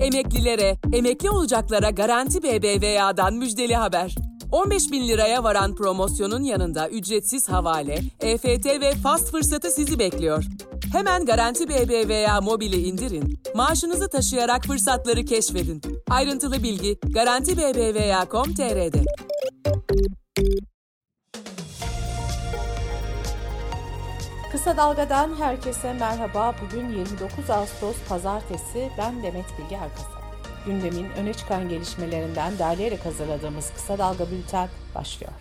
Emeklilere, emekli olacaklara Garanti BBVA'dan müjdeli haber. 15.000 liraya varan promosyonun yanında ücretsiz havale, EFT ve fast fırsatı sizi bekliyor. Hemen Garanti BBVA mobili indirin, maaşınızı taşıyarak fırsatları keşfedin. Ayrıntılı bilgi garantibbva.com.tr'de. Kısa Dalga'dan herkese merhaba. Bugün 29 Ağustos Pazartesi. Ben Demet Bilge Erkasap. Gündemin öne çıkan gelişmelerinden derleyerek hazırladığımız Kısa Dalga Bülten başlıyor.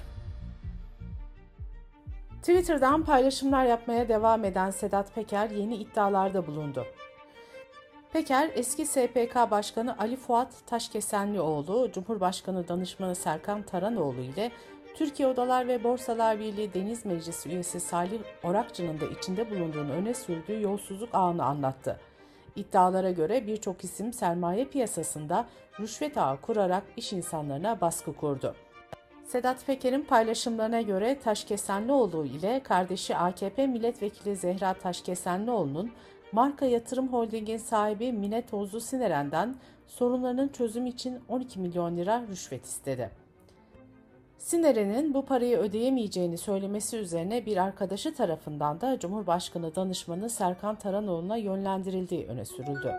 Twitter'dan paylaşımlar yapmaya devam eden Sedat Peker yeni iddialarda bulundu. Peker, eski SPK Başkanı Ali Fuat Taşkesenlioğlu, Cumhurbaşkanı Danışmanı Serkan Taranoğlu ile Türkiye Odalar ve Borsalar Birliği Deniz Meclisi üyesi Salih Orakçı'nın da içinde bulunduğunu öne sürdüğü yolsuzluk ağını anlattı. İddialara göre birçok isim sermaye piyasasında rüşvet ağı kurarak iş insanlarına baskı kurdu. Sedat Peker'in paylaşımlarına göre Taşkesenlioğlu ile kardeşi AKP Milletvekili Zehra Taşkesenlioğlu'nun Marka Yatırım Holding'in sahibi Mine Tozlu Sineren'den sorunlarının çözümü için 12 milyon lira rüşvet istedi. Sineren'in bu parayı ödeyemeyeceğini söylemesi üzerine bir arkadaşı tarafından da Cumhurbaşkanı Danışmanı Serkan Taranoğlu'na yönlendirildiği öne sürüldü.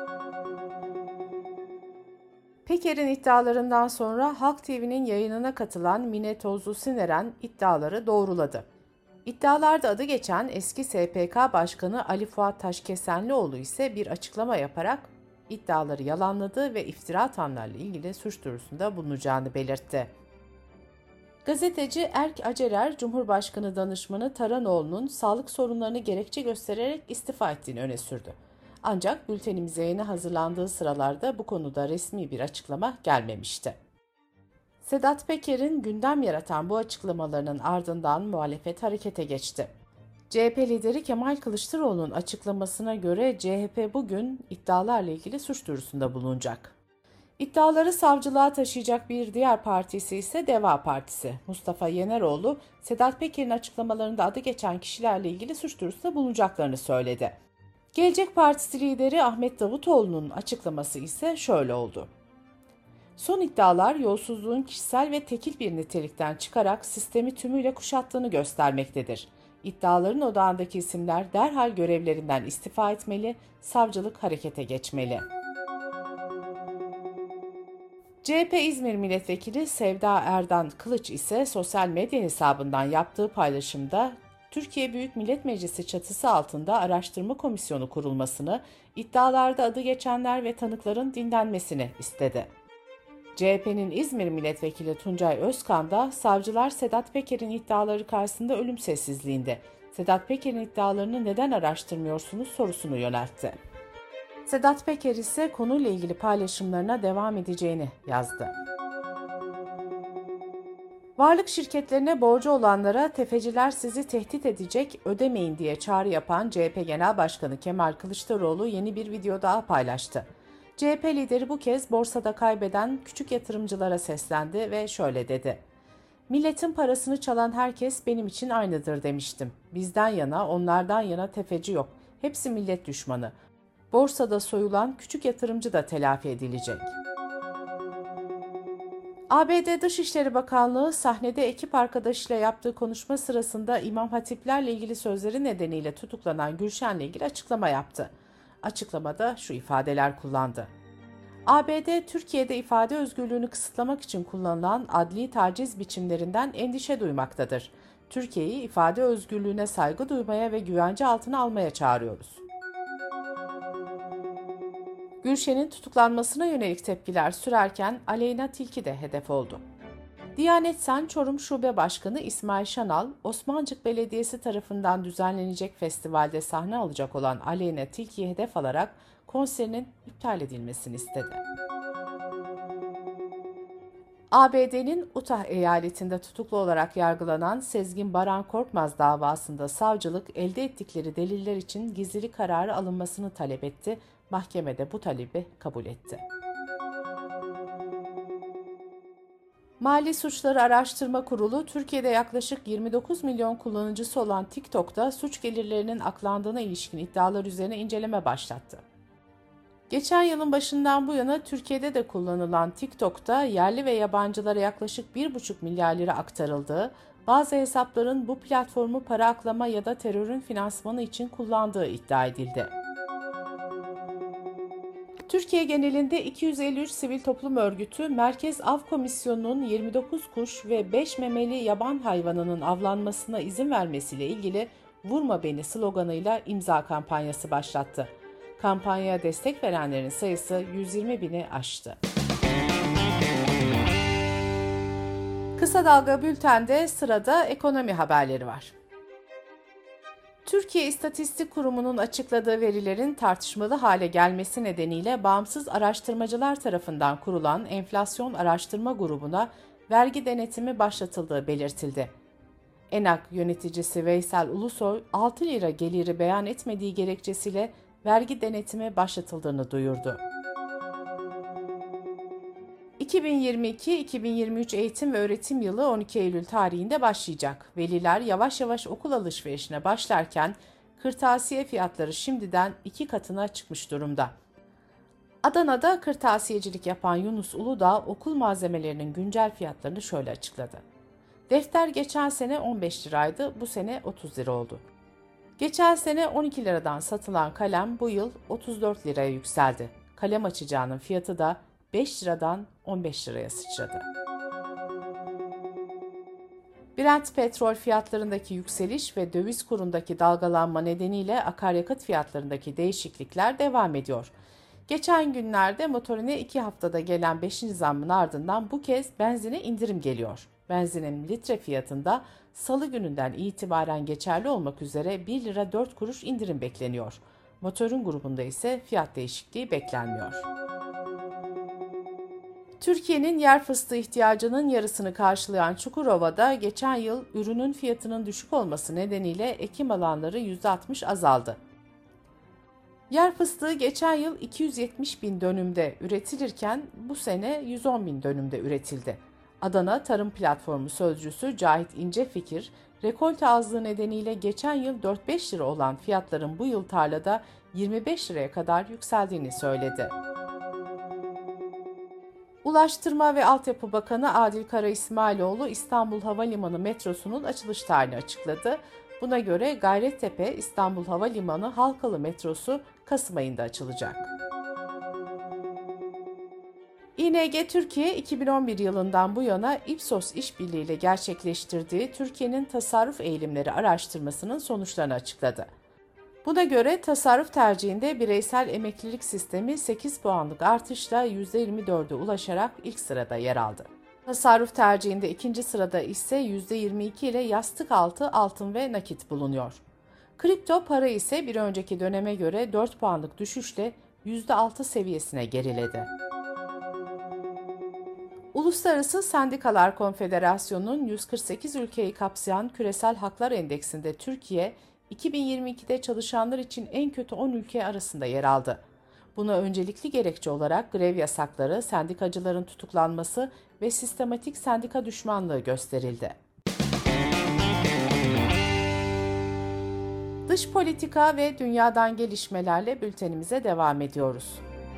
Peker'in iddialarından sonra Halk TV'nin yayınına katılan Mine Tozlu Sineren iddiaları doğruladı. İddialarda adı geçen eski SPK Başkanı Ali Fuat Taşkesenlioğlu ise bir açıklama yaparak iddiaları yalanladı ve iftira atanlarla ilgili suç duyurusunda bulunacağını belirtti. Gazeteci Erk Acerer, Cumhurbaşkanı Danışmanı Taranoğlu'nun sağlık sorunlarını gerekçe göstererek istifa ettiğini öne sürdü. Ancak bültenimiz yayına hazırlandığı sıralarda bu konuda resmi bir açıklama gelmemişti. Sedat Peker'in gündem yaratan bu açıklamalarının ardından muhalefet harekete geçti. CHP lideri Kemal Kılıçdaroğlu'nun açıklamasına göre CHP bugün iddialarla ilgili suç duyurusunda bulunacak. İddiaları savcılığa taşıyacak bir diğer partisi ise Deva Partisi. Mustafa Yeneroğlu, Sedat Peker'in açıklamalarında adı geçen kişilerle ilgili suç duyurusunda bulunacaklarını söyledi. Gelecek Partisi lideri Ahmet Davutoğlu'nun açıklaması ise şöyle oldu. Son iddialar yolsuzluğun kişisel ve tekil bir nitelikten çıkarak sistemi tümüyle kuşattığını göstermektedir. İddiaların odağındaki isimler derhal görevlerinden istifa etmeli, savcılık harekete geçmeli. CHP İzmir Milletvekili Sevda Erdan Kılıç ise sosyal medya hesabından yaptığı paylaşımda Türkiye Büyük Millet Meclisi çatısı altında araştırma komisyonu kurulmasını, iddialarda adı geçenler ve tanıkların dinlenmesini istedi. CHP'nin İzmir Milletvekili Tuncay Özkan da savcılar Sedat Peker'in iddiaları karşısında ölüm sessizliğinde. Sedat Peker'in iddialarını neden araştırmıyorsunuz sorusunu yöneltti. Sedat Peker ise konuyla ilgili paylaşımlarına devam edeceğini yazdı. Varlık şirketlerine borcu olanlara tefeciler sizi tehdit edecek, ödemeyin diye çağrı yapan CHP Genel Başkanı Kemal Kılıçdaroğlu yeni bir video daha paylaştı. CHP lideri bu kez borsada kaybeden küçük yatırımcılara seslendi ve şöyle dedi. Milletin parasını çalan herkes benim için aynıdır demiştim. Bizden yana, onlardan yana tefeci yok. Hepsi millet düşmanı. Borsada soyulan küçük yatırımcı da telafi edilecek. ABD Dışişleri Bakanlığı sahnede ekip arkadaşıyla yaptığı konuşma sırasında İmam Hatiplerle ilgili sözleri nedeniyle tutuklanan Gülşen'le ilgili açıklama yaptı. Açıklamada şu ifadeler kullandı. ABD, Türkiye'de ifade özgürlüğünü kısıtlamak için kullanılan adli taciz biçimlerinden endişe duymaktadır. Türkiye'yi ifade özgürlüğüne saygı duymaya ve güvence altına almaya çağırıyoruz. Gülşen'in tutuklanmasına yönelik tepkiler sürerken Aleyna Tilki de hedef oldu. Diyanet Sen Çorum Şube Başkanı İsmail Şanal, Osmancık Belediyesi tarafından düzenlenecek festivalde sahne alacak olan Aleyna Tilki'yi hedef alarak konserinin iptal edilmesini istedi. ABD'nin Utah eyaletinde tutuklu olarak yargılanan Sezgin Baran Korkmaz davasında savcılık elde ettikleri deliller için gizlilik kararı alınmasını talep etti. Mahkeme de bu talebi kabul etti. Mali Suçları Araştırma Kurulu, Türkiye'de yaklaşık 29 milyon kullanıcısı olan TikTok'ta suç gelirlerinin aklandığına ilişkin iddialar üzerine inceleme başlattı. Geçen yılın başından bu yana Türkiye'de de kullanılan TikTok'ta yerli ve yabancılara yaklaşık 1,5 milyar lira aktarıldığı, bazı hesapların bu platformu para aklama ya da terörün finansmanı için kullandığı iddia edildi. Türkiye genelinde 253 sivil toplum örgütü, Merkez Av Komisyonu'nun 29 kuş ve 5 memeli yaban hayvanının avlanmasına izin vermesiyle ilgili "Vurma Beni" sloganıyla imza kampanyası başlattı. Kampanyaya destek verenlerin sayısı 120 bini aştı. Kısa Dalga Bülten'de sırada ekonomi haberleri var. Türkiye İstatistik Kurumu'nun açıkladığı verilerin tartışmalı hale gelmesi nedeniyle bağımsız araştırmacılar tarafından kurulan Enflasyon Araştırma Grubu'na vergi denetimi başlatıldığı belirtildi. ENAK yöneticisi Veysel Ulusoy, 6 lira geliri beyan etmediği gerekçesiyle vergi denetimi başlatıldığını duyurdu. 2022-2023 eğitim ve öğretim yılı 12 Eylül tarihinde başlayacak. Veliler yavaş yavaş okul alışverişine başlarken kırtasiye fiyatları şimdiden 2 katına çıkmış durumda. Adana'da kırtasiyecilik yapan Yunus Uludağ okul malzemelerinin güncel fiyatlarını şöyle açıkladı. Defter geçen sene 15 liraydı, bu sene 30 lira oldu. Geçen sene 12 liradan satılan kalem bu yıl 34 liraya yükseldi. Kalem açacağının fiyatı da 5 liradan 15 liraya sıçradı. Brent petrol fiyatlarındaki yükseliş ve döviz kurundaki dalgalanma nedeniyle akaryakıt fiyatlarındaki değişiklikler devam ediyor. Geçen günlerde motorine 2 haftada gelen 5. zammın ardından bu kez benzine indirim geliyor. Benzinin litre fiyatında Salı gününden itibaren geçerli olmak üzere 1 lira 4 kuruş indirim bekleniyor. Motorun grubunda ise fiyat değişikliği beklenmiyor. Türkiye'nin yer fıstığı ihtiyacının yarısını karşılayan Çukurova'da geçen yıl ürünün fiyatının düşük olması nedeniyle ekim alanları %60 azaldı. Yer fıstığı geçen yıl 270 bin dönümde üretilirken bu sene 110 bin dönümde üretildi. Adana Tarım Platformu sözcüsü Cahit İncefikir, rekolte azlığı nedeniyle geçen yıl 4-5 lira olan fiyatların bu yıl tarlada 25 liraya kadar yükseldiğini söyledi. Ulaştırma ve Altyapı Bakanı Adil Kara İsmailoğlu İstanbul Havalimanı metrosunun açılış tarihini açıkladı. Buna göre Gayrettepe İstanbul Havalimanı Halkalı metrosu Kasım ayında açılacak. İNG Türkiye 2011 yılından bu yana Ipsos işbirliğiyle gerçekleştirdiği Türkiye'nin tasarruf eğilimleri araştırmasının sonuçlarını açıkladı. Buna göre tasarruf tercihinde bireysel emeklilik sistemi 8 puanlık artışla %24'e ulaşarak ilk sırada yer aldı. Tasarruf tercihinde ikinci sırada ise %22 ile yastık altı, altın ve nakit bulunuyor. Kripto para ise bir önceki döneme göre 4 puanlık düşüşle %6 seviyesine geriledi. Uluslararası Sendikalar Konfederasyonu'nun 148 ülkeyi kapsayan Küresel Haklar Endeksinde Türkiye, 2022'de çalışanlar için en kötü 10 ülke arasında yer aldı. Buna öncelikli gerekçe olarak grev yasakları, sendikacıların tutuklanması ve sistematik sendika düşmanlığı gösterildi. Dış politika ve dünyadan gelişmelerle bültenimize devam ediyoruz.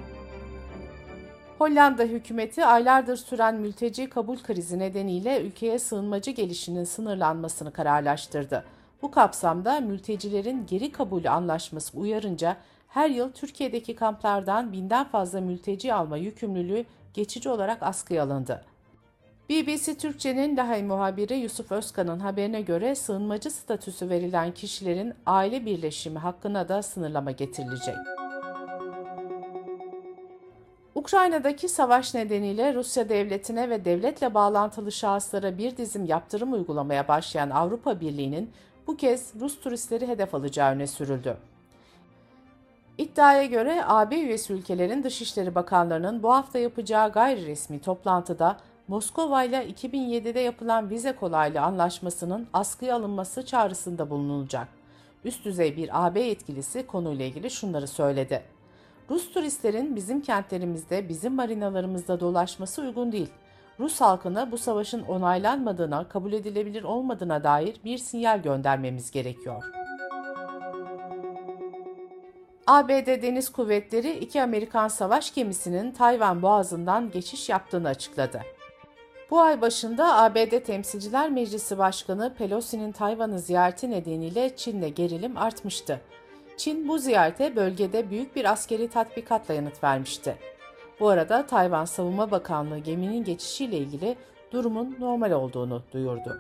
Hollanda hükümeti aylardır süren mülteci kabul krizi nedeniyle ülkeye sığınmacı gelişinin sınırlanmasını kararlaştırdı. Bu kapsamda mültecilerin geri kabulü anlaşması uyarınca her yıl Türkiye'deki kamplardan 1000'den fazla mülteci alma yükümlülüğü geçici olarak askıya alındı. BBC Türkçe'nin Lahey muhabiri Yusuf Özkan'ın haberine göre sığınmacı statüsü verilen kişilerin aile birleşimi hakkına da sınırlama getirilecek. Ukrayna'daki savaş nedeniyle Rusya devletine ve devletle bağlantılı şahıslara bir dizim yaptırım uygulamaya başlayan Avrupa Birliği'nin bu kez Rus turistleri hedef alacağı öne sürüldü. İddiaya göre AB üyesi ülkelerin Dışişleri Bakanlarının bu hafta yapacağı gayri resmi toplantıda Moskova ile 2007'de yapılan vize kolaylığı anlaşmasının askıya alınması çağrısında bulunulacak. Üst düzey bir AB yetkilisi konuyla ilgili şunları söyledi. Rus turistlerin bizim kentlerimizde, bizim marinalarımızda dolaşması uygun değil. Rus halkına bu savaşın onaylanmadığına, kabul edilebilir olmadığına dair bir sinyal göndermemiz gerekiyor. ABD Deniz Kuvvetleri 2 Amerikan savaş gemisinin Tayvan Boğazı'ndan geçiş yaptığını açıkladı. Bu ay başında ABD Temsilciler Meclisi Başkanı Pelosi'nin Tayvan'ı ziyareti nedeniyle Çin'le gerilim artmıştı. Çin bu ziyarete bölgede büyük bir askeri tatbikatla yanıt vermişti. Bu arada Tayvan Savunma Bakanlığı geminin geçişiyle ilgili durumun normal olduğunu duyurdu.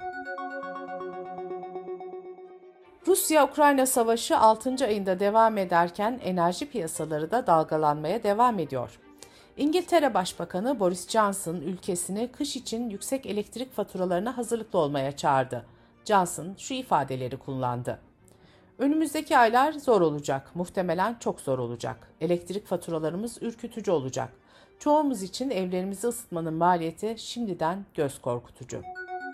Rusya-Ukrayna savaşı 6. ayında devam ederken enerji piyasaları da dalgalanmaya devam ediyor. İngiltere Başbakanı Boris Johnson ülkesini kış için yüksek elektrik faturalarına hazırlıklı olmaya çağırdı. Johnson şu ifadeleri kullandı. Önümüzdeki aylar zor olacak, muhtemelen çok zor olacak. Elektrik faturalarımız ürkütücü olacak. Çoğumuz için evlerimizi ısıtmanın maliyeti şimdiden göz korkutucu.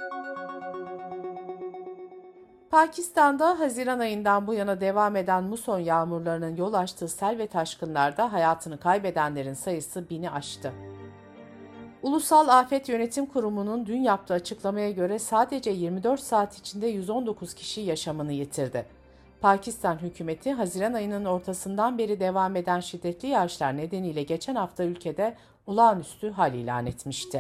Pakistan'da Haziran ayından bu yana devam eden muson yağmurlarının yol açtığı sel ve taşkınlarda hayatını kaybedenlerin sayısı 1000'i aştı. Ulusal Afet Yönetim Kurumu'nun dün yaptığı açıklamaya göre sadece 24 saat içinde 119 kişi yaşamını yitirdi. Pakistan hükümeti Haziran ayının ortasından beri devam eden şiddetli yağışlar nedeniyle geçen hafta ülkede olağanüstü hal ilan etmişti.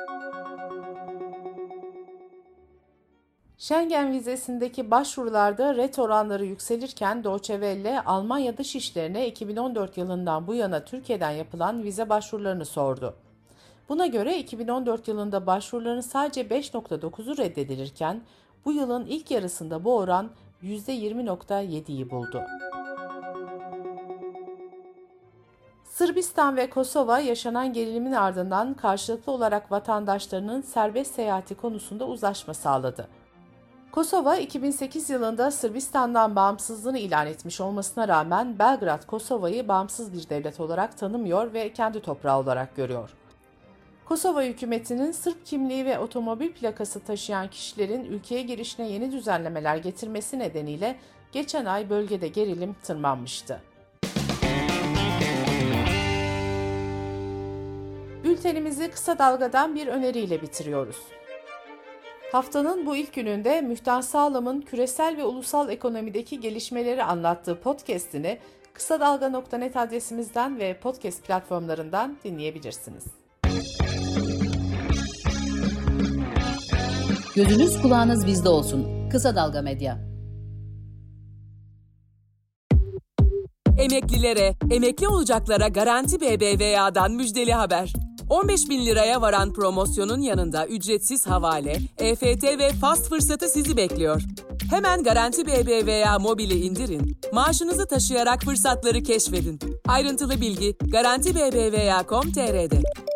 Schengen vizesindeki başvurularda ret oranları yükselirken Deutsche Welle, Almanya Dışişleri'ne 2014 yılından bu yana Türkiye'den yapılan vize başvurularını sordu. Buna göre 2014 yılında başvuruların sadece 5.9'u reddedilirken bu yılın ilk yarısında bu oran %20.7'yi buldu. Sırbistan ve Kosova yaşanan gerilimin ardından karşılıklı olarak vatandaşlarının serbest seyahati konusunda uzlaşma sağladı. Kosova, 2008 yılında Sırbistan'dan bağımsızlığını ilan etmiş olmasına rağmen Belgrad, Kosova'yı bağımsız bir devlet olarak tanımıyor ve kendi toprağı olarak görüyor. Kosova hükümetinin Sırp kimliği ve otomobil plakası taşıyan kişilerin ülkeye girişine yeni düzenlemeler getirmesi nedeniyle geçen ay bölgede gerilim tırmanmıştı. Bültenimizi kısa dalgadan bir öneriyle bitiriyoruz. Haftanın bu ilk gününde Müftah Sağlam'ın küresel ve ulusal ekonomideki gelişmeleri anlattığı podcast'ini kısadalga.net adresimizden ve podcast platformlarından dinleyebilirsiniz. Gözünüz kulağınız bizde olsun. Kısa Dalga Medya. Emeklilere, emekli olacaklara Garanti BBVA'dan müjdeli haber. 15.000 liraya varan promosyonun yanında ücretsiz havale, EFT ve fast fırsatı sizi bekliyor. Hemen Garanti BBVA mobili indirin, maaşınızı taşıyarak fırsatları keşfedin. Ayrıntılı bilgi garantibbva.com.tr'de.